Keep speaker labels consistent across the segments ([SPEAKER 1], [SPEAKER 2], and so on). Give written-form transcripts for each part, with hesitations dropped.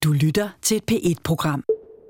[SPEAKER 1] Du lytter til et P1-program.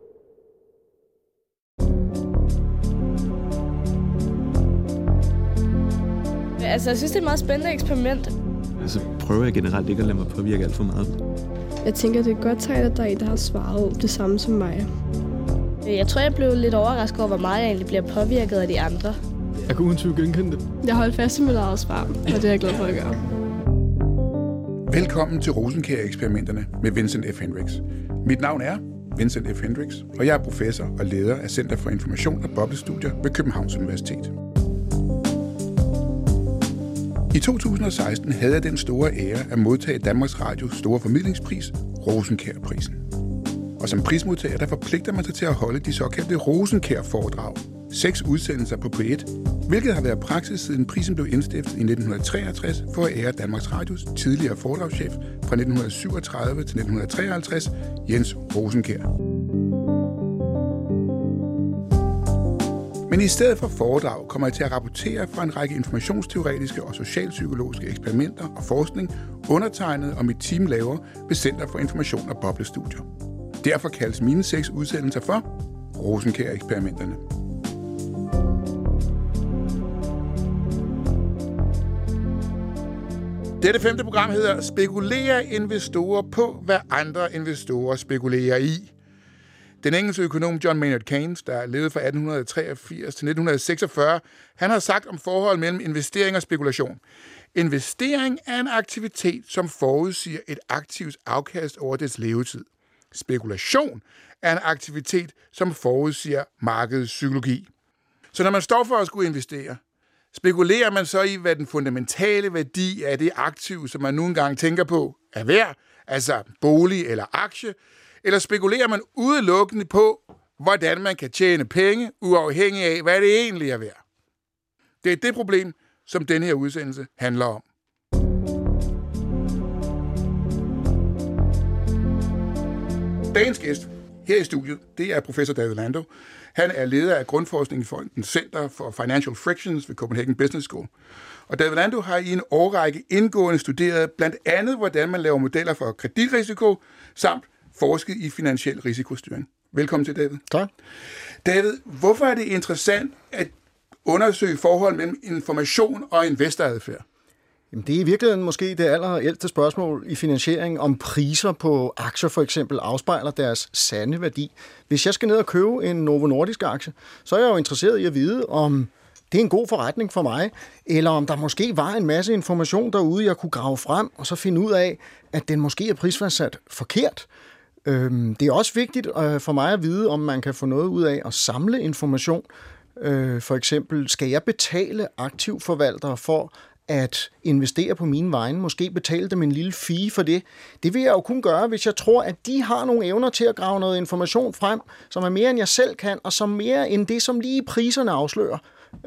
[SPEAKER 2] Altså, jeg synes, det er et meget spændende eksperiment.
[SPEAKER 3] Så prøver jeg generelt ikke at lade mig påvirke alt for meget.
[SPEAKER 4] Jeg tænker, det er godt tegn, at der er en, der har svaret det samme som mig.
[SPEAKER 2] Jeg tror, jeg blev lidt overrasket over, hvor meget jeg egentlig bliver påvirket af de andre.
[SPEAKER 3] Jeg kan uden tvivl genkende det.
[SPEAKER 4] Jeg holdt fast i mit eget svar, og det er jeg glad for at gøre.
[SPEAKER 5] Velkommen til Rosenkjær-eksperimenterne med Vincent F. Hendricks. Mit navn er Vincent F. Hendricks, og jeg er professor og leder af Center for Information og Boblestudier ved Københavns Universitet. I 2016 havde jeg den store ære at modtage Danmarks Radios store formidlingspris, Rosenkjær-prisen. Og som prismodtager, der forpligter man sig til at holde de såkaldte Rosenkjær-foredrag. 6 udsendelser på P1, hvilket har været praksis siden prisen blev indstiftet i 1963 for at ære Danmarks Radios tidligere foredragschef fra 1937 til 1953, Jens Rosenkjær. Men i stedet for foredrag kommer jeg til at rapportere fra en række informationsteoretiske og socialpsykologiske eksperimenter og forskning, undertegnet og mit team laver ved Center for Information og Boblestudier. Derfor kaldes mine 6 udsendelser for Rosenkjær-eksperimenterne. Dette 5. program hedder Spekulerer investorer på, hvad andre investorer spekulerer i. Den engelske økonom John Maynard Keynes, der levede fra 1883 til 1946, han har sagt om forholdet mellem investering og spekulation. Investering er en aktivitet, som forudsiger et aktivt afkast over dets levetid. Spekulation er en aktivitet, som forudsiger markedets psykologi. Så når man står for at skulle investere, spekulerer man så i, hvad den fundamentale værdi af det aktiv, som man nu engang tænker på, er værd, altså bolig eller aktie, eller spekulerer man udelukkende på, hvordan man kan tjene penge, uafhængig af, hvad det egentlig er værd. Det er det problem, som denne her udsendelse handler om. Dagens gæst her i studiet, det er professor David Landau. Han er leder af Grundforskningsfonden Center for Financial Frictions ved Copenhagen Business School. Og David Landau har i en årrække indgående studeret blandt andet, hvordan man laver modeller for kreditrisiko, samt forsket i finansiel risikostyring. Velkommen til, David.
[SPEAKER 6] Tak.
[SPEAKER 5] David, hvorfor er det interessant at undersøge forhold mellem information og investoradfærd?
[SPEAKER 6] Jamen, det er i virkeligheden måske det allerældste spørgsmål i finansiering, om priser på aktier for eksempel afspejler deres sande værdi. Hvis jeg skal ned og købe en Novo Nordisk aktie, så er jeg jo interesseret i at vide, om det er en god forretning for mig, eller om der måske var en masse information derude, jeg kunne grave frem, og så finde ud af, at den måske er prisfastsat forkert. Det er også vigtigt for mig at vide, om man kan få noget ud af at samle information. For eksempel, skal jeg betale aktivforvaltere for at investere på mine vegne, måske betale dem en lille fee for det. Det vil jeg jo kun gøre, hvis jeg tror, at de har nogle evner til at grave noget information frem, som er mere end jeg selv kan, og som mere end det, som lige priserne afslører.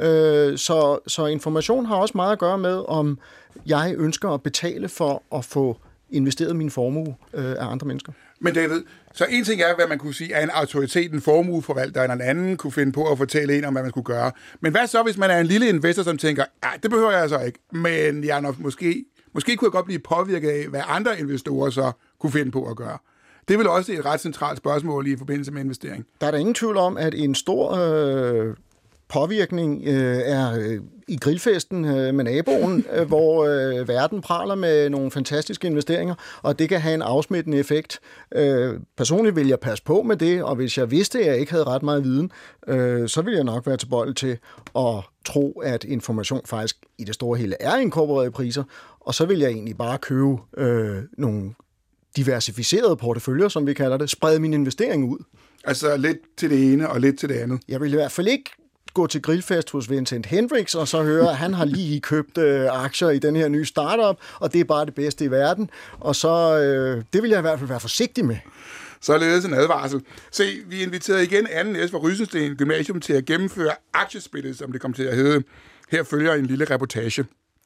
[SPEAKER 6] Så information har også meget at gøre med, om jeg ønsker at betale for at få investeret min formue af andre mennesker. Men
[SPEAKER 5] David, så en ting er, hvad man kunne sige er en autoritet, en formueforvalter, eller en anden kunne finde på at fortælle en om, hvad man skulle gøre. Men hvad så, hvis man er en lille investor, som tænker, det behøver jeg så ikke, men jeg nok måske kunne jeg godt blive påvirket af, hvad andre investorer så kunne finde på at gøre. Det er vel også et ret centralt spørgsmål i forbindelse med investering.
[SPEAKER 6] Der er der ingen tvivl om, at en stor påvirkning er i grillfesten med naboen, hvor verden praler med nogle fantastiske investeringer, og det kan have en afsmittende effekt. Personligt vil jeg passe på med det, og hvis jeg vidste, at jeg ikke havde ret meget viden, så ville jeg nok være tilbøjelig til at tro, at information faktisk i det store hele er inkorporeret i priser, og så vil jeg egentlig bare købe nogle diversificerede porteføljer, som vi kalder det, sprede min investering ud.
[SPEAKER 5] Altså lidt til det ene og lidt til det andet.
[SPEAKER 6] Jeg vil i hvert fald ikke gå til grillfest hos Vincent Hendricks og så høre, at han har lige købt aktier i den her nye startup, og det er bare det bedste i verden. Og så, det vil jeg i hvert fald være forsigtig med.
[SPEAKER 5] Således en advarsel. Se, vi inviterede igen 2. S fra Rysensten Gymnasium til at gennemføre aktiespillet, som det kom til at hedde. Her følger en lille reportage.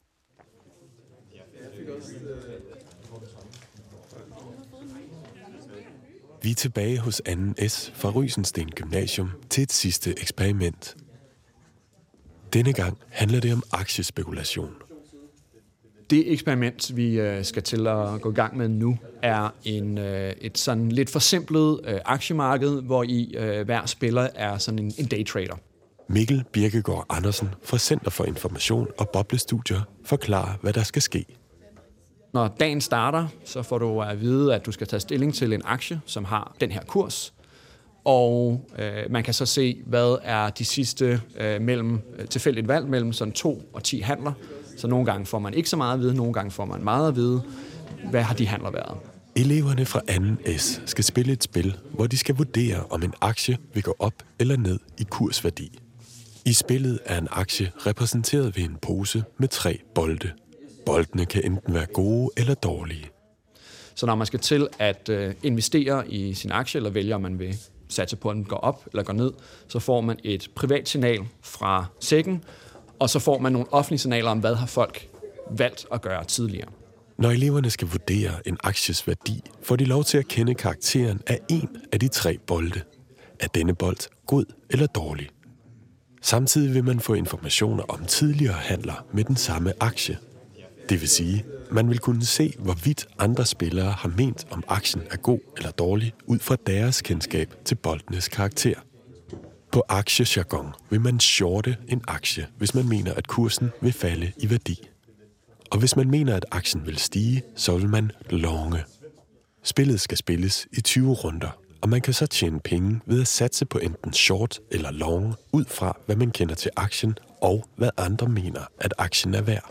[SPEAKER 7] Vi er tilbage hos 2. S fra Rysensten Gymnasium til et sidste eksperiment. Denne gang handler det om aktiespekulation.
[SPEAKER 8] Det eksperiment, vi skal til at gå i gang med nu, er et sådan lidt forsimplet aktiemarked, hvor i hver spiller er sådan en daytrader.
[SPEAKER 7] Mikkel Birkegaard Andersen fra Center for Information og Boblestudier forklarer, hvad der skal ske.
[SPEAKER 8] Når dagen starter, så får du at vide, at du skal tage stilling til en aktie, som har den her kurs. Og man kan så se, hvad er de sidste tilfældigt valg mellem sådan 2 og 10 handler. Så nogle gange får man ikke så meget at vide, nogle gange får man meget at vide. Hvad har de handler været?
[SPEAKER 7] Eleverne fra 2.S skal spille et spil, hvor de skal vurdere, om en aktie vil gå op eller ned i kursværdi. I spillet er en aktie repræsenteret ved en pose med 3 bolde. Boldene kan enten være gode eller dårlige.
[SPEAKER 8] Så når man skal til at investere i sin aktie, eller vælge, om man vil satse på, at den går op eller går ned, så får man et privat signal fra sækken, og så får man nogle offentlige signaler om, hvad har folk valgt at gøre tidligere.
[SPEAKER 7] Når eleverne skal vurdere en akties værdi, får de lov til at kende karakteren af en af de 3 bolde. Er denne bold god eller dårlig? Samtidig vil man få informationer om tidligere handler med den samme aktie. Det vil sige, man vil kunne se, hvorvidt andre spillere har ment, om aktien er god eller dårlig, ud fra deres kendskab til boldenes karakter. På aktiejargon vil man shorte en aktie, hvis man mener, at kursen vil falde i værdi. Og hvis man mener, at aktien vil stige, så vil man longe. Spillet skal spilles i 20 runder, og man kan så tjene penge ved at satse på enten short eller long, ud fra hvad man kender til aktien og hvad andre mener, at aktien er værd.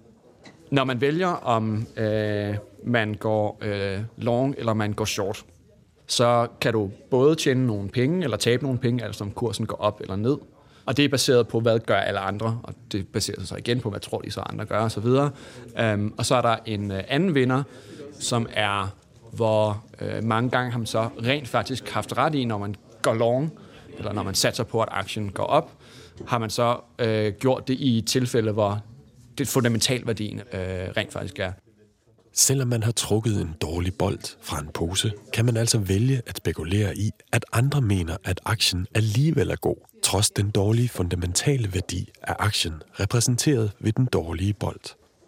[SPEAKER 8] Når man vælger, om man går long eller man går short, så kan du både tjene nogle penge eller tabe nogle penge, altså om kursen går op eller ned. Og det er baseret på, hvad gør alle andre, og det baserer sig igen på, hvad tror de så andre gør osv. Og så er der en anden vinder, som er, hvor mange gange har man så rent faktisk haft ret i, når man går long, eller når man satser på, at aktien går op, har man så gjort det i tilfælde, hvor det fundamentalværdien rent faktisk er.
[SPEAKER 7] Selvom man har trukket en dårlig bold fra en pose, kan man altså vælge at spekulere i, at andre mener, at aktien alligevel er god, trods den dårlige fundamentale værdi af aktien repræsenteret ved den dårlige bold.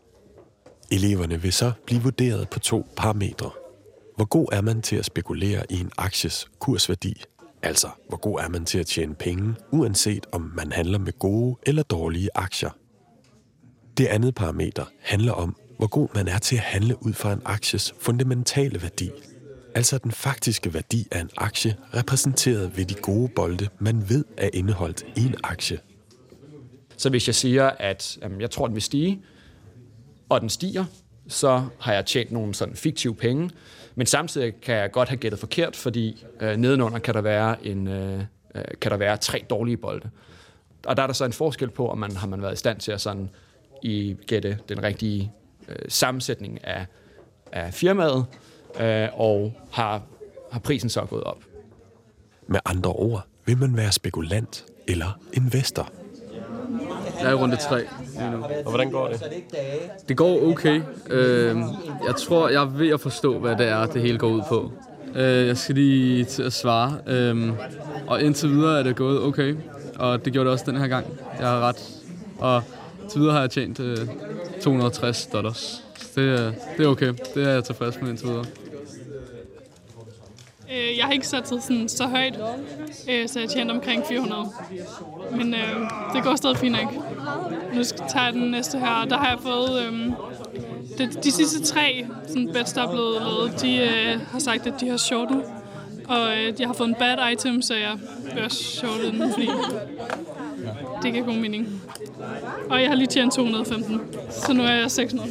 [SPEAKER 7] Eleverne vil så blive vurderet på 2 parametre. Hvor god er man til at spekulere i en akties kursværdi? Altså, hvor god er man til at tjene penge, uanset om man handler med gode eller dårlige aktier? Det andet parameter handler om, hvor god man er til at handle ud fra en akties fundamentale værdi. Altså den faktiske værdi af en aktie repræsenteret ved de gode bolde, man ved er indeholdt i en aktie.
[SPEAKER 8] Så hvis jeg siger, at jeg tror, den vil stige, og den stiger, så har jeg tjent nogle sådan fiktive penge. Men samtidig kan jeg godt have gættet forkert, fordi nedenunder kan der være 3 dårlige bolde. Og der er der så en forskel på, om man har været i stand til at sådan gætte den rigtige sammensætning af firmaet, og har prisen så gået op.
[SPEAKER 7] Med andre ord, vil man være spekulant eller investor?
[SPEAKER 9] Jeg er i runde 3.
[SPEAKER 10] Og hvordan går det?
[SPEAKER 9] Det går okay. Jeg tror, jeg er ved at forstå, hvad det er, det hele går ud på. Jeg skal lige til at svare. Og indtil videre er det gået okay. Og det gjorde det også den her gang. Jeg har ret. Og til videre har jeg tjent $260. Det er okay. Det er jeg tilfreds med indtil videre.
[SPEAKER 11] Jeg har ikke sat sådan så højt, så jeg tjente omkring 400. Men det går stadig fint nok. Nu tager jeg den næste her. Der har jeg fået de sidste 3 sådan bets, der er blevet lavet. De har sagt, at de har shortet. Og jeg har fået en bad item, så jeg vil også shorte den, fordi det giver god mening. Og jeg har lige tjent 215, så nu er jeg 600.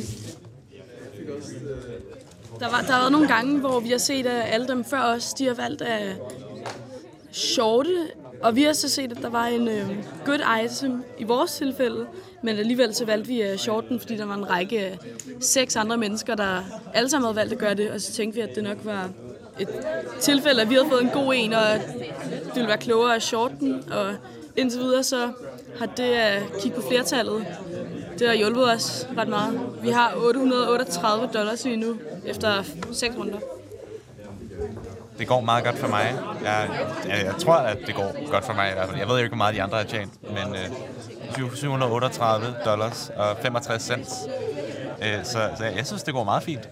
[SPEAKER 2] Der har været nogle gange, hvor vi har set, at alle dem før os, de har valgt at shorte. Og vi har så set, at der var en good item i vores tilfælde. Men alligevel så valgte vi at shorte den, fordi der var en række af 6 andre mennesker, der alle sammen havde valgt at gøre det. Og så tænkte vi, at det nok var et tilfælde, at vi havde fået en god en, og det ville være klogere at shorte den. Og indtil videre så har det at kigge på flertallet, det har hjulpet os ret meget. Vi har $838 lige nu, efter 6 runder.
[SPEAKER 10] Det går meget godt for mig. Jeg tror, at det går godt for mig i hvert fald. Jeg ved jo ikke, hvor meget de andre har tjent, men $738 og 65 cents. Så jeg synes, det går meget fint.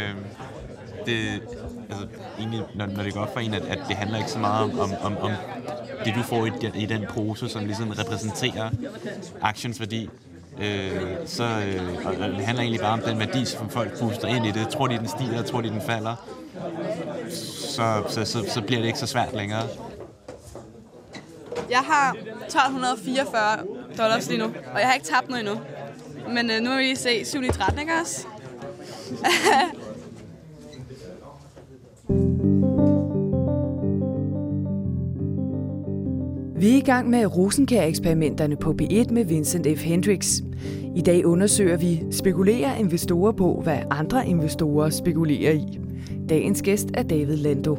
[SPEAKER 10] Egentlig, når det går op for en, at det handler ikke så meget om det, du får i den pose, som ligesom repræsenterer aktiens værdi. Og det handler egentlig bare om den værdi, som folk puster ind i det. Tror de, den stiger, tror de, den falder, så bliver det ikke så svært længere.
[SPEAKER 12] Jeg har $1.244 lige nu, og jeg har ikke tabt noget endnu. Men nu vil vi lige se 7-13, ikke også?
[SPEAKER 1] Vi er i gang med Rosenkjær-eksperimenterne på P1 med Vincent F. Hendricks. I dag undersøger vi, spekulerer investorer på, hvad andre investorer spekulerer i. Dagens gæst er David Lando.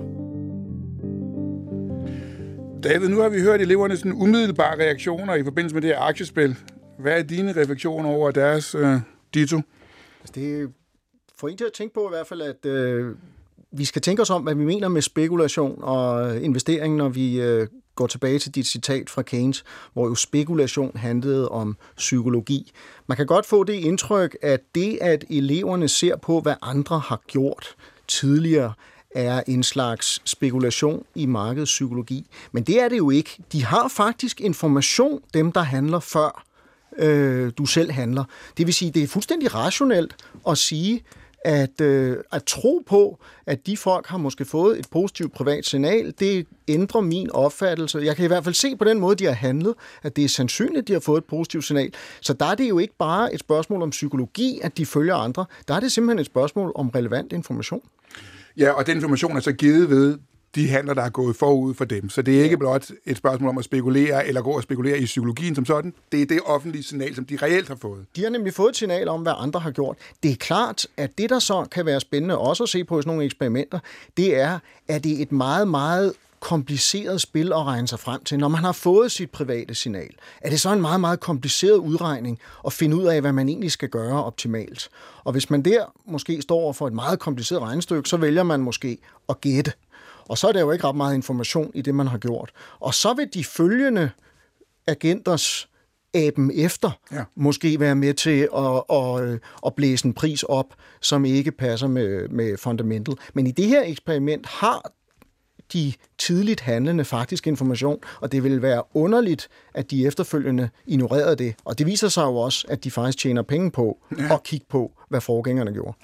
[SPEAKER 5] David, nu har vi hørt elevernes sådan umiddelbare reaktioner i forbindelse med det her aktiespil. Hvad er dine refleksioner over deres ditto?
[SPEAKER 6] Det får en til at tænke på i hvert fald, at vi skal tænke os om, hvad vi mener med spekulation og investering, når vi går tilbage til dit citat fra Keynes, hvor jo spekulation handlede om psykologi. Man kan godt få det indtryk, at det, at eleverne ser på, hvad andre har gjort tidligere, er en slags spekulation i markedspsykologi. Men det er det jo ikke. De har faktisk information, dem der handler før du selv handler. Det vil sige, det er fuldstændig rationelt at sige, at tro på, at de folk har måske fået et positivt privat signal, det ændrer min opfattelse. Jeg kan i hvert fald se på den måde, de har handlet, at det er sandsynligt, at de har fået et positivt signal. Så der er det jo ikke bare et spørgsmål om psykologi, at de følger andre. Der er det simpelthen et spørgsmål om relevant information.
[SPEAKER 5] Ja, og den information er så givet ved de handler, der er gået forud for dem. Så det er ikke blot et spørgsmål om at spekulere, eller gå og spekulere i psykologien som sådan. Det er det offentlige signal, som de reelt har fået.
[SPEAKER 6] De har nemlig fået et signal om, hvad andre har gjort. Det er klart, at det, der så kan være spændende også at se på i sådan nogle eksperimenter, det er, at det er et meget, meget kompliceret spil at regne sig frem til. Når man har fået sit private signal, er det så en meget, meget kompliceret udregning at finde ud af, hvad man egentlig skal gøre optimalt. Og hvis man der måske står over for et meget kompliceret regnestykke, så vælger man måske at gætte. Og så er der jo ikke ret meget information i det, man har gjort. Og så vil de følgende agenters aben efter måske være med til at blæse en pris op, som ikke passer med fundamental. Men i det her eksperiment har de tidligt handlende faktisk information, og det vil være underligt, at de efterfølgende ignorerede det. Og det viser sig jo også, at de faktisk tjener penge på at kigge på, hvad forgængerne gjorde.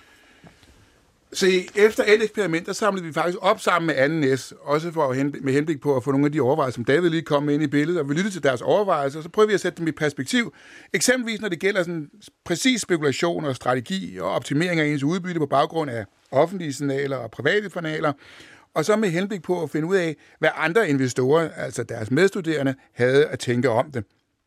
[SPEAKER 5] Se, efter et eksperiment, der samlede vi faktisk op sammen med anden S, også med henblik på at få nogle af de overvejelser, som David lige kom med ind i billedet, og vi lyttede til deres overvejelser, og så prøver vi at sætte dem i perspektiv. Eksempelvis når det gælder sådan præcis spekulation og strategi og optimering af ens udbytte på baggrund af offentlige signaler og private signaler, og så med henblik på at finde ud af, hvad andre investorer, altså deres medstuderende, havde at tænke om det.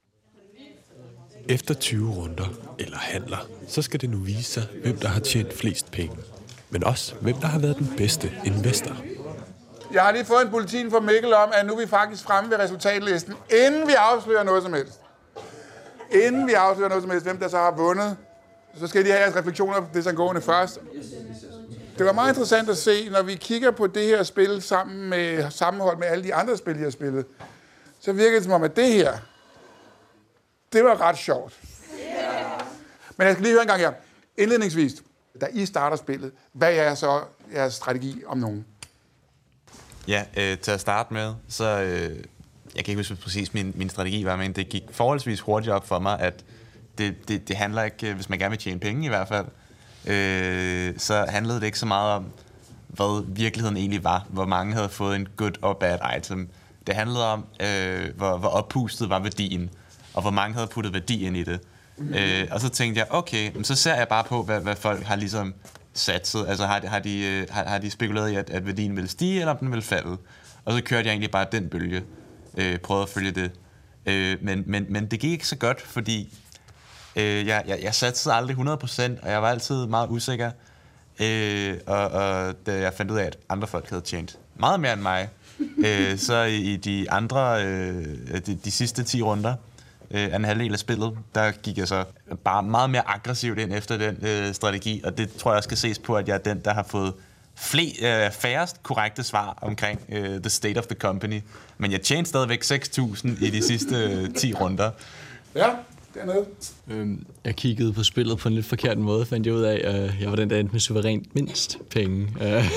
[SPEAKER 7] Efter 20 runder eller handler, så skal det nu vise sig, hvem der har tjent flest penge. Men også, hvem der har været den bedste investor.
[SPEAKER 5] Jeg har lige fået en bulletin fra Mikkel om, at nu er vi faktisk fremme ved resultatlisten, inden vi afslører noget som helst. Inden vi afslører noget som helst, hvem der så har vundet, så skal de have jeres refleksioner på det så først. Det var meget interessant at se, når vi kigger på det her spil sammenholdt med alle de andre spil, de har spillet, så virker det som om, at det her, det var ret sjovt. Men jeg skal lige høre en gang her. Indledningsvis, da I starter spillet, hvad er så jeres strategi om nogen?
[SPEAKER 10] Ja, til at starte med, så jeg kan ikke huske præcis min strategi var, men det gik forholdsvis hurtigt op for mig, at det handler ikke, hvis man gerne vil tjene penge i hvert fald, så handlede det ikke så meget om, hvad virkeligheden egentlig var, hvor mange havde fået en good og bad item. Det handlede om, hvor oppustet var værdien, og hvor mange havde puttet værdi ind i det. Og så tænkte jeg, okay, så ser jeg bare på, hvad folk har ligesom satset. Altså har de spekuleret i, at værdien vil stige, eller om den vil falde. Og så kørte jeg egentlig bare den bølge. Prøvede at følge det. Men det gik ikke så godt, fordi jeg satsede aldrig 100%, og jeg var altid meget usikker. Og da jeg fandt ud af, at andre folk havde tjent meget mere end mig, så i de andre, de sidste 10 runder, en halvdel af spillet, der gik jeg så bare meget mere aggressivt ind efter den strategi, og det tror jeg også skal ses på, at jeg er den, der har fået færrest korrekte svar omkring the state of the company. Men jeg tjente stadigvæk 6.000 i de sidste 10 runder.
[SPEAKER 5] Ja, dernede.
[SPEAKER 13] Jeg kiggede på spillet på en lidt forkert måde, fandt jeg ud af, at jeg var den, der endte med suverænt mindst penge.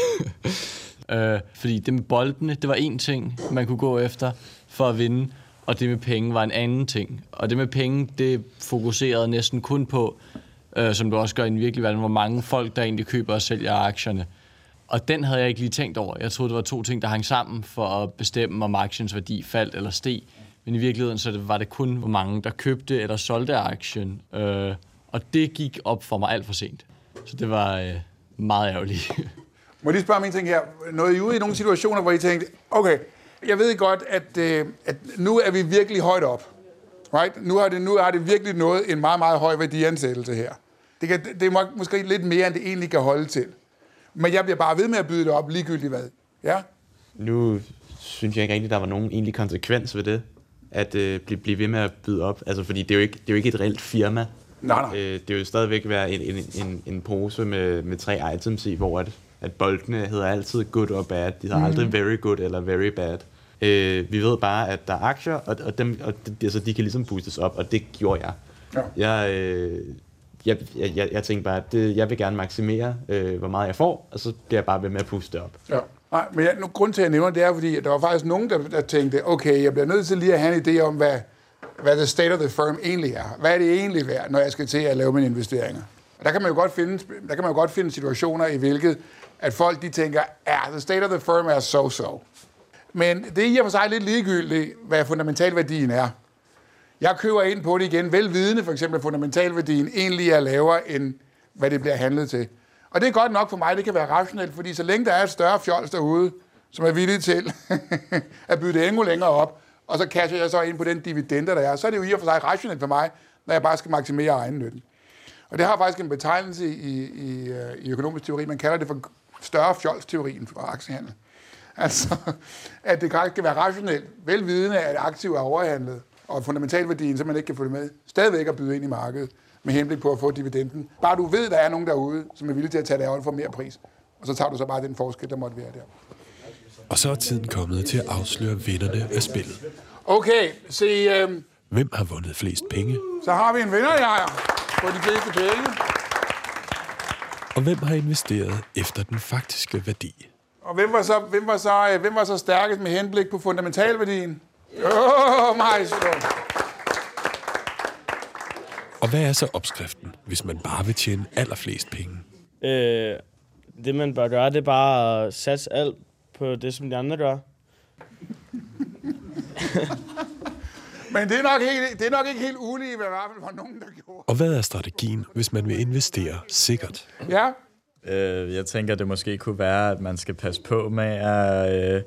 [SPEAKER 13] Fordi det med boldene, det var én ting, man kunne gå efter for at vinde, og det med penge var en anden ting. Og det med penge, det fokuserede næsten kun på, som du også gør i en virkelig verden, hvor mange folk, der egentlig køber og sælger aktierne. Og den havde jeg ikke lige tænkt over. Jeg troede, det var 2 ting, der hang sammen for at bestemme, om aktiens værdi faldt eller steg. Men i virkeligheden så var det kun, hvor mange, der købte eller solgte aktien. Og det gik op for mig alt for sent. Så det var meget ærgerligt.
[SPEAKER 5] Må jeg lige spørge om en ting her? Nåede I ude i nogle situationer, hvor I tænkte, okay, jeg ved godt, at nu er vi virkelig højt op. Right? Nu har det virkelig nået en meget, meget høj værdiansættelse her. Det er måske lidt mere, end det egentlig kan holde til. Men jeg bliver bare ved med at byde det op, ligegyldigt hvad. Ja?
[SPEAKER 10] Nu synes jeg ikke rigtig, der var nogen egentlig konsekvens ved det, at blive ved med at byde op. Altså, fordi det er jo ikke et reelt firma.
[SPEAKER 5] Nej.
[SPEAKER 10] Det vil jo stadigvæk være en pose med 3 items i, hvor at boldene hedder altid good og bad. De hedder aldrig very good eller very bad. Vi ved bare, at der er aktier, og de kan ligesom boostes op, og det gjorde jeg. Ja. Jeg tænkte bare, at jeg vil gerne maksimere, hvor meget jeg får, og så bliver jeg bare ved med at puste op. Ja.
[SPEAKER 5] Nej, men grund til, at jeg nævner det er, fordi at der var faktisk nogen, der tænkte, okay, jeg bliver nødt til lige at have en idé om, hvad the state of the firm egentlig er. Hvad er det egentlig værd, når jeg skal til at lave mine investeringer? Og der kan man jo godt finde situationer, i hvilket at folk de tænker, the state of the firm er so-so. Men det er i og for sig lidt ligegyldigt, hvad fundamentalværdien er. Jeg køber ind på det igen, velvidende for eksempel, at fundamentalværdien egentlig er lavere, end hvad det bliver handlet til. Og det er godt nok for mig, det kan være rationelt, fordi så længe der er et større fjols derude, som er villig til at byde det endnu længere op, og så casher jeg så ind på den dividende, der er, så er det jo i og for sig rationelt for mig, når jeg bare skal maksimere egennytten. Og det har faktisk en betegnelse i økonomisk teori, man kalder det for større fjolsteorien for aktiehandel. Altså, at det skal være rationelt, velvidende, at aktiv er overhandlet, og fundamentalværdien, så man ikke kan følge med, stadigvæk at byde ind i markedet, med henblik på at få dividenden. Bare du ved, der er nogen derude, som er villige til at tage det af for mere pris, og så tager du så bare den forskel, der måtte være der.
[SPEAKER 7] Og så er tiden kommet til at afsløre vinderne af spillet.
[SPEAKER 5] Okay, se...
[SPEAKER 7] Hvem har vundet flest penge?
[SPEAKER 5] Så har vi en vinder, på de fleste penge.
[SPEAKER 7] Og hvem har investeret efter den faktiske værdi?
[SPEAKER 5] Og hvem var så stærkest med henblik på fundamentalværdien? Maestro!
[SPEAKER 7] Og hvad er så opskriften, hvis man bare vil tjene allerflest penge?
[SPEAKER 14] Det man bør gøre, det er bare at satse alt på det, som de andre gør.
[SPEAKER 5] Men det er nok ikke helt ulige, hvad i hvert fald var nogen, der gjorde.
[SPEAKER 7] Og hvad er strategien, hvis man vil investere sikkert?
[SPEAKER 5] Ja.
[SPEAKER 15] Jeg tænker, det måske kunne være, at man skal passe på med at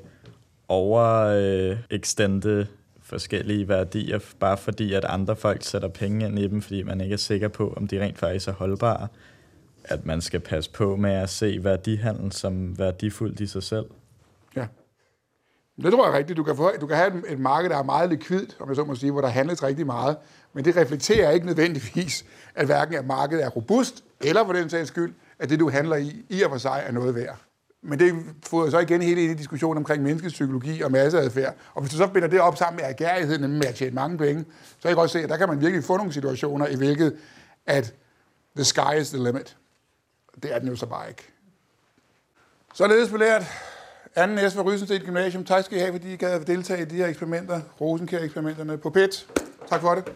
[SPEAKER 15] overextende forskellige værdier, bare fordi, at andre folk sætter penge ind i dem, fordi man ikke er sikker på, om de rent faktisk er holdbare. At man skal passe på med at se værdihandel som værdifuldt i sig selv.
[SPEAKER 5] Ja. Det tror jeg rigtigt. Du kan have et marked, der er meget likvidt, om jeg så må sige, hvor der handles rigtig meget, men det reflekterer ikke nødvendigvis, at hverken at markedet er robust, eller for den sags skyld, at det, du handler i og for sig er noget værd. Men det får så igen helt ind i diskussionen omkring menneskets psykologi og masseadfærd. Og hvis du så binder det op sammen med agerigheden med at tjene mange penge, så kan jeg godt se, at der kan man virkelig få nogle situationer, i hvilket at the sky is the limit. Det er den jo så bare ikke. Således belært. Anden næste fra Rysenstedt Gymnasium. Tak skal I have, fordi I gad at deltage i de her eksperimenter. Rosenkjær-eksperimenterne på PET. Tak for det.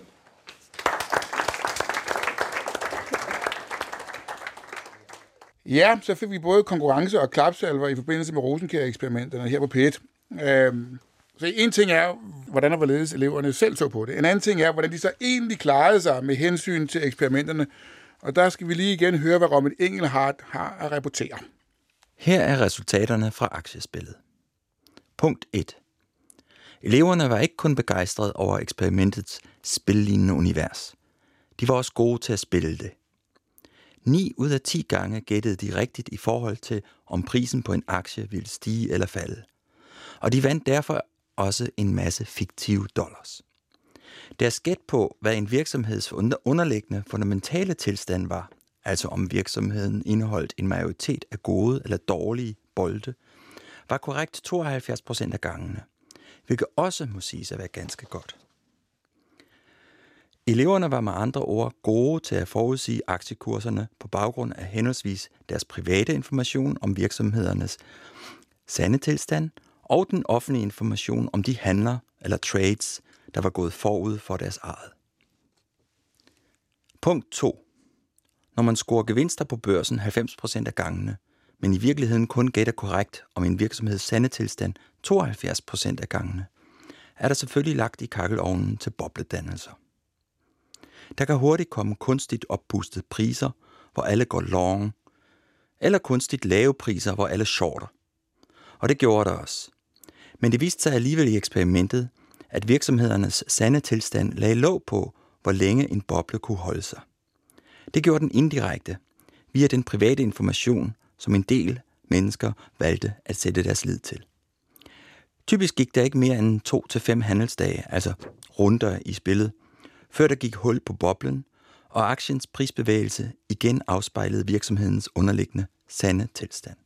[SPEAKER 5] Ja, så fik vi både konkurrence og klapsalver i forbindelse med Rosenkjær-eksperimenterne her på PET. Så en ting er, hvordan og hvorledes eleverne selv så på det. En anden ting er, hvordan de så egentlig klarede sig med hensyn til eksperimenterne. Og der skal vi lige igen høre, hvad Robin Engelhardt har at rapportere.
[SPEAKER 16] Her er resultaterne fra aktiespillet. Punkt 1. Eleverne var ikke kun begejstrede over eksperimentets spillignende univers. De var også gode til at spille det. 9 ud af 10 gange gættede de rigtigt i forhold til, om prisen på en aktie ville stige eller falde. Og de vandt derfor også en masse fiktive dollars. Deres gæt på, hvad en virksomheds underliggende fundamentale tilstand var, altså om virksomheden indeholdt en majoritet af gode eller dårlige bolde, var korrekt 72% af gangene, hvilket også må siges at være ganske godt. Eleverne var med andre ord gode til at forudsige aktiekurserne på baggrund af henholdsvis deres private information om virksomhedernes sande tilstand og den offentlige information om de handler eller trades, der var gået forud for deres eget. Punkt 2. Når man scorer gevinster på børsen 90% af gangene, men i virkeligheden kun gætter korrekt om en virksomheds sande tilstand 72% af gangene, er der selvfølgelig lagt i kakkelovnen til bobledannelser. Der kan hurtigt komme kunstigt oppustede priser, hvor alle går long, eller kunstigt lave priser, hvor alle shorter. Og det gjorde der også. Men det viste sig alligevel i eksperimentet, at virksomhedernes sande tilstand lagde låg på, hvor længe en boble kunne holde sig. Det gjorde den indirekte, via den private information, som en del mennesker valgte at sætte deres lid til. Typisk gik der ikke mere end 2 til 5 handelsdage, altså runder i spillet, før der gik hul på boblen, og aktiens prisbevægelse igen afspejlede virksomhedens underliggende sande tilstand.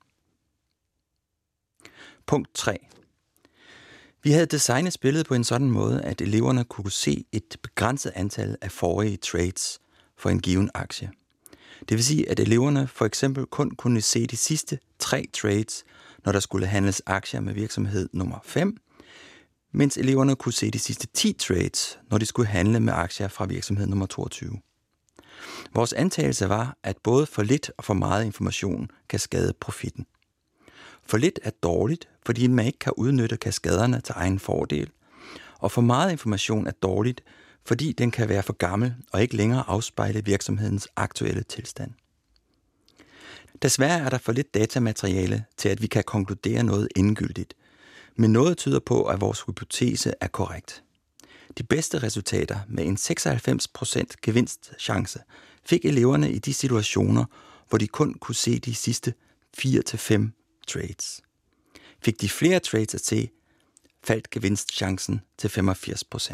[SPEAKER 16] Punkt 3. Vi havde designet spillet på en sådan måde, at eleverne kunne se et begrænset antal af forrige trades for en given aktie. Det vil sige, at eleverne for eksempel kun kunne se de sidste 3 trades, når der skulle handles aktier med virksomhed nummer 5, mens eleverne kunne se de sidste 10 trades, når de skulle handle med aktier fra virksomhed nummer 22. Vores antagelse var, at både for lidt og for meget information kan skade profitten. For lidt er dårligt, fordi man ikke kan udnytte kaskaderne til egen fordel, og for meget information er dårligt, fordi den kan være for gammel og ikke længere afspejle virksomhedens aktuelle tilstand. Desværre er der for lidt datamateriale til, at vi kan konkludere noget endegyldigt, men noget tyder på, at vores hypotese er korrekt. De bedste resultater med en 96% gevinstchance fik eleverne i de situationer, hvor de kun kunne se de sidste 4-5 trades. Fik de flere trades at se, faldt gevinstchancen til 85%.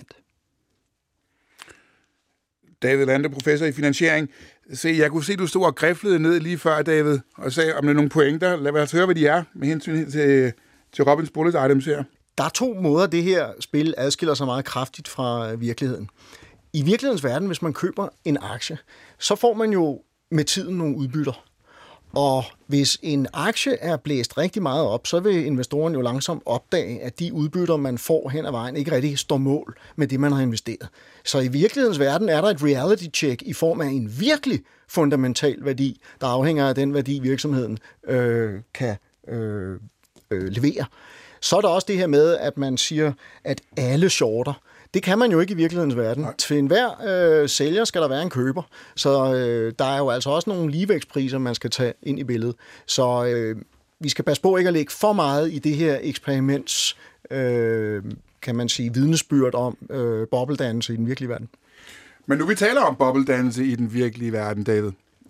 [SPEAKER 5] David Lande, professor i finansiering. Se, jeg kunne se, at du stod og griflede ned lige før, David, og sagde, om der er nogle pointer. Lad os høre, hvad de er med hensyn til Robins bullet items her.
[SPEAKER 6] Der er 2 måder, det her spil adskiller sig meget kraftigt fra virkeligheden. I virkelighedens verden, hvis man køber en aktie, så får man jo med tiden nogle udbytter. Og hvis en aktie er blæst rigtig meget op, så vil investoren jo langsomt opdage, at de udbytter, man får hen ad vejen, ikke rigtig står mål med det, man har investeret. Så i virkelighedens verden er der et reality check i form af en virkelig fundamental værdi, der afhænger af den værdi, virksomheden kan levere. Så er der også det her med, at man siger, at alle shorter. Det kan man jo ikke i virkelighedens verden. Nej. Til enhver sælger skal der være en køber. Så der er jo altså også nogle ligevægtspriser, man skal tage ind i billedet. Så vi skal passe på ikke at lægge for meget i det her eksperiments, kan man sige, vidnesbyrd om bobledannelse i den virkelige verden.
[SPEAKER 5] Men nu vi taler om bobledannelse i den virkelige verden, David,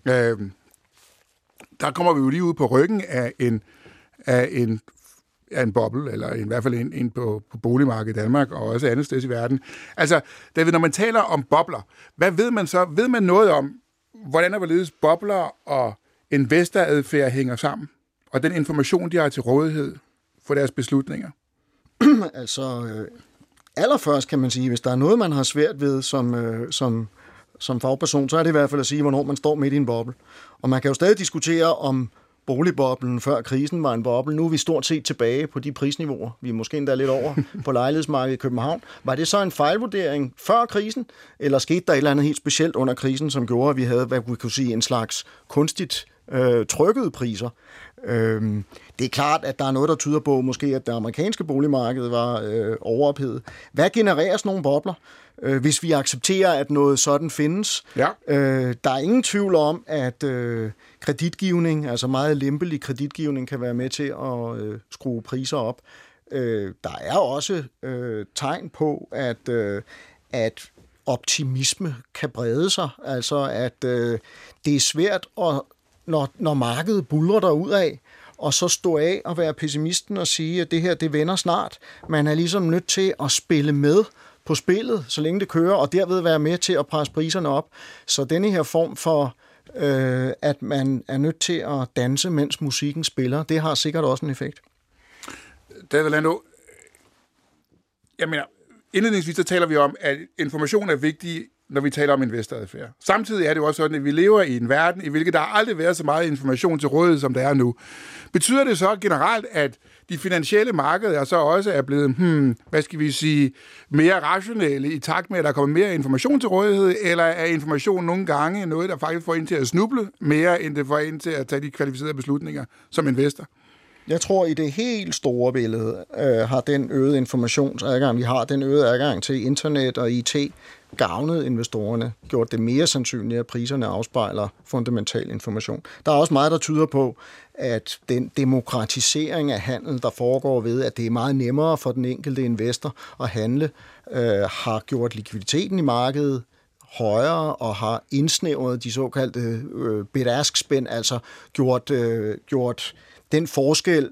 [SPEAKER 5] der kommer vi jo lige ud på ryggen af en boble, eller i hvert fald en på boligmarkedet i Danmark, og også andet sted i verden. Altså, David, når man taler om bobler, hvad ved man så? Ved man noget om, hvordan og hvorledes bobler og investoradfærd hænger sammen? Og den information, de har til rådighed for deres beslutninger?
[SPEAKER 6] Altså, allerførst kan man sige, hvis der er noget, man har svært ved som fagperson, så er det i hvert fald at sige, hvornår man står midt i en boble. Og man kan jo stadig diskutere, om boligboblen før krisen var en boble. Nu er vi stort set tilbage på de prisniveauer. Vi er måske endda lidt over på lejlighedsmarkedet i København. Var det så en fejlvurdering før krisen, eller skete der et eller andet helt specielt under krisen, som gjorde, at vi havde, hvad vi kunne sige, en slags kunstigt trykkede priser? Det er klart, at der er noget, der tyder på, måske at det amerikanske boligmarked var overophedet. Hvad genererer sådan nogle bobler? Hvis vi accepterer, at noget sådan findes. Ja. Der er ingen tvivl om, at kreditgivning, altså meget lempelig kreditgivning, kan være med til at skrue priser op. Der er også tegn på, at optimisme kan brede sig. Altså, at det er svært, når markedet buldrer derudad, og så stå af og være pessimisten og sige, at det her, det vender snart. Man er ligesom nødt til at spille med på spillet, så længe det kører, og derved være med til at presse priserne op. Så denne her form for, at man er nødt til at danse, mens musikken spiller, det har sikkert også en effekt.
[SPEAKER 5] David Lando, jeg mener, indledningsvis så taler vi om, at information er vigtig når vi taler om investoradfærd. Samtidig er det jo også sådan, at vi lever i en verden, i hvilket der aldrig har været så meget information til rådighed, som der er nu. Betyder det så generelt, at de finansielle markeder så også er blevet, mere rationelle i takt med, at der kommer mere information til rådighed, eller er information nogle gange noget, der faktisk får en til at snuble mere, end det får en til at tage de kvalificerede beslutninger som investor?
[SPEAKER 6] Jeg tror, i det helt store billede har den øgede informationsadgang, vi har den øgede adgang til internet og IT, gavnet investorerne, gjort det mere sandsynligt, at priserne afspejler fundamental information. Der er også meget, der tyder på, at den demokratisering af handel, der foregår ved, at det er meget nemmere for den enkelte investor at handle, har gjort likviditeten i markedet højere og har indsnævret de såkaldte bid-ask-spænd, altså gjort den forskel,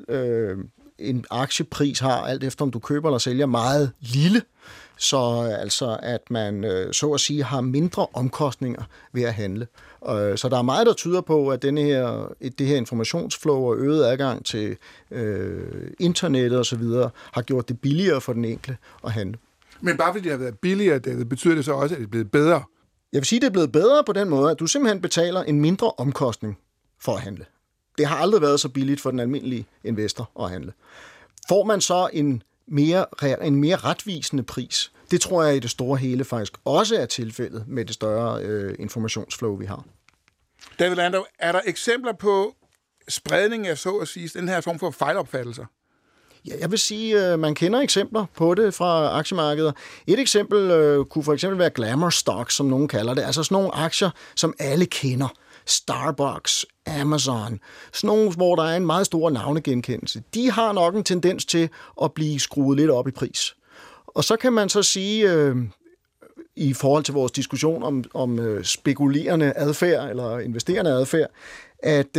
[SPEAKER 6] en aktiepris har, alt efter om du køber eller sælger, meget lille, så altså at man så at sige har mindre omkostninger ved at handle. Så der er meget, der tyder på, at det her informationsflow og øget adgang til internettet osv. har gjort det billigere for den enkelte at handle.
[SPEAKER 5] Men bare fordi det har været billigere, det betyder det så også, at det er blevet bedre?
[SPEAKER 6] Jeg vil sige, at det er blevet bedre på den måde, at du simpelthen betaler en mindre omkostning for at handle. Det har aldrig været så billigt for den almindelige investor at handle. Får man så en mere retvisende pris? Det tror jeg i det store hele faktisk også er tilfældet med det større informationsflow, vi har.
[SPEAKER 5] David Landau, er der eksempler på spredning af, så at sige, den her form for fejlopfattelser?
[SPEAKER 6] Ja, jeg vil sige, at man kender eksempler på det fra aktiemarkeder. Et eksempel kunne for eksempel være glamour stocks, som nogen kalder det. Altså sådan nogle aktier, som alle kender. Starbucks, Amazon, sådan nogle, hvor der er en meget stor navnegenkendelse. De har nok en tendens til at blive skruet lidt op i pris. Og så kan man så sige, i forhold til vores diskussion om spekulerende adfærd eller investerende adfærd, at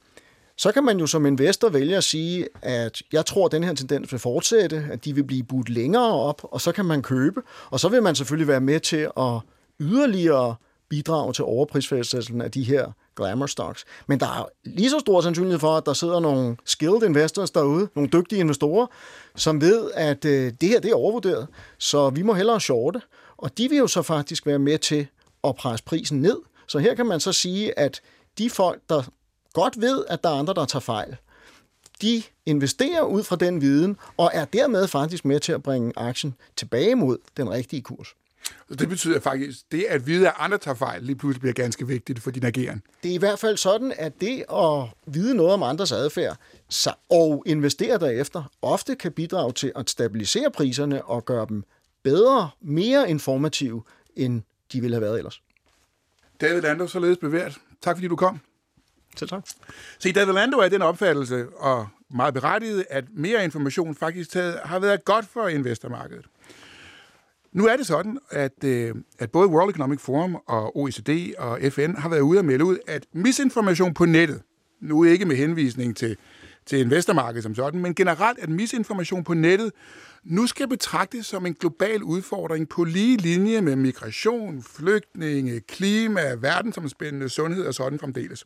[SPEAKER 6] så kan man jo som investor vælge at sige, at jeg tror, at den her tendens vil fortsætte, at de vil blive budt længere op, og så kan man købe, og så vil man selvfølgelig være med til at yderligere bidrage til overprisfastsættelsen af de her glamour stocks. Men der er lige så stor sandsynlighed for, at der sidder nogle skilled investors derude, nogle dygtige investorer, som ved, at det her det er overvurderet, så vi må hellere shorte. Og de vil jo så faktisk være med til at presse prisen ned. Så her kan man så sige, at de folk, der godt ved, at der er andre, der tager fejl, de investerer ud fra den viden, og er dermed faktisk med til at bringe aktien tilbage mod den rigtige kurs.
[SPEAKER 5] Det betyder faktisk, det at vide, at andre tager fejl, lige pludselig bliver ganske vigtigt for din ageren.
[SPEAKER 6] Det er i hvert fald sådan, at det at vide noget om andres adfærd og investere derefter, ofte kan bidrage til at stabilisere priserne og gøre dem bedre, mere informative, end de ville have været ellers.
[SPEAKER 5] David Landau, således beværet. Tak fordi du kom.
[SPEAKER 6] Selv tak.
[SPEAKER 5] Se, David Landau er den opfattelse, og meget berettiget, at mere information faktisk har været godt for investormarkedet. Nu er det sådan, at både World Economic Forum og OECD og FN har været ude og melde ud, at misinformation på nettet, nu ikke med henvisning til investormarkedet som sådan, men generelt, at misinformation på nettet nu skal betragtes som en global udfordring på lige linje med migration, flygtninge, klima, verdensomspændende sundhed og sådan fremdeles.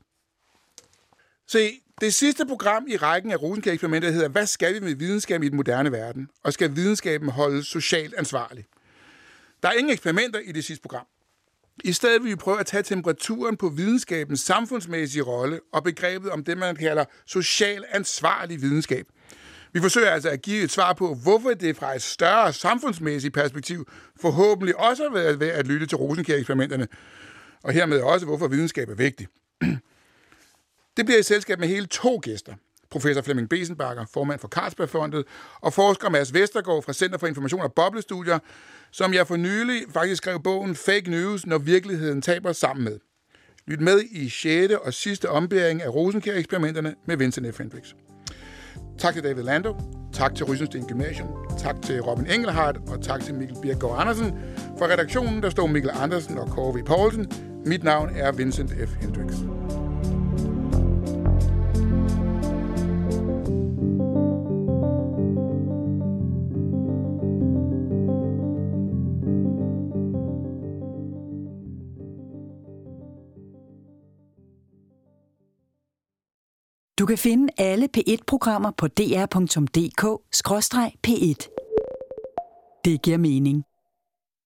[SPEAKER 5] Se, det sidste program i rækken af Rosenkjær-eksperimentet hedder, hvad skal vi med videnskab i den moderne verden? Og skal videnskaben holdes socialt ansvarlig? Der er ingen eksperimenter i det sidste program. I stedet vil vi prøve at tage temperaturen på videnskabens samfundsmæssige rolle og begrebet om det, man kalder social ansvarlig videnskab. Vi forsøger altså at give et svar på, hvorfor det fra et større samfundsmæssigt perspektiv forhåbentlig også har været ved at lytte til Rosenkjær-eksperimenterne, og hermed også, hvorfor videnskab er vigtig. Det bliver i selskab med hele 2 gæster. Professor Flemming Besenbacher, formand for Carlsbergfondet, og forsker Mads Vestergaard fra Center for Information og Boblestudier, som jeg for nylig faktisk skrev bogen Fake News, når virkeligheden taber sammen med. Lyt med i 6. og sidste ombæring af Rosenkjær-eksperimenterne med Vincent F. Hendricks. Tak til David Landau, tak til Rysensten Gymnasium, tak til Robin Engelhardt og tak til Mikkel Birkgaard Andersen. Fra redaktionen der står Mikkel Andersen og Kåre V. Poulsen. Mit navn er Vincent F. Hendricks.
[SPEAKER 17] Du kan finde alle P1-programmer på dr.dk/P1. Det giver mening.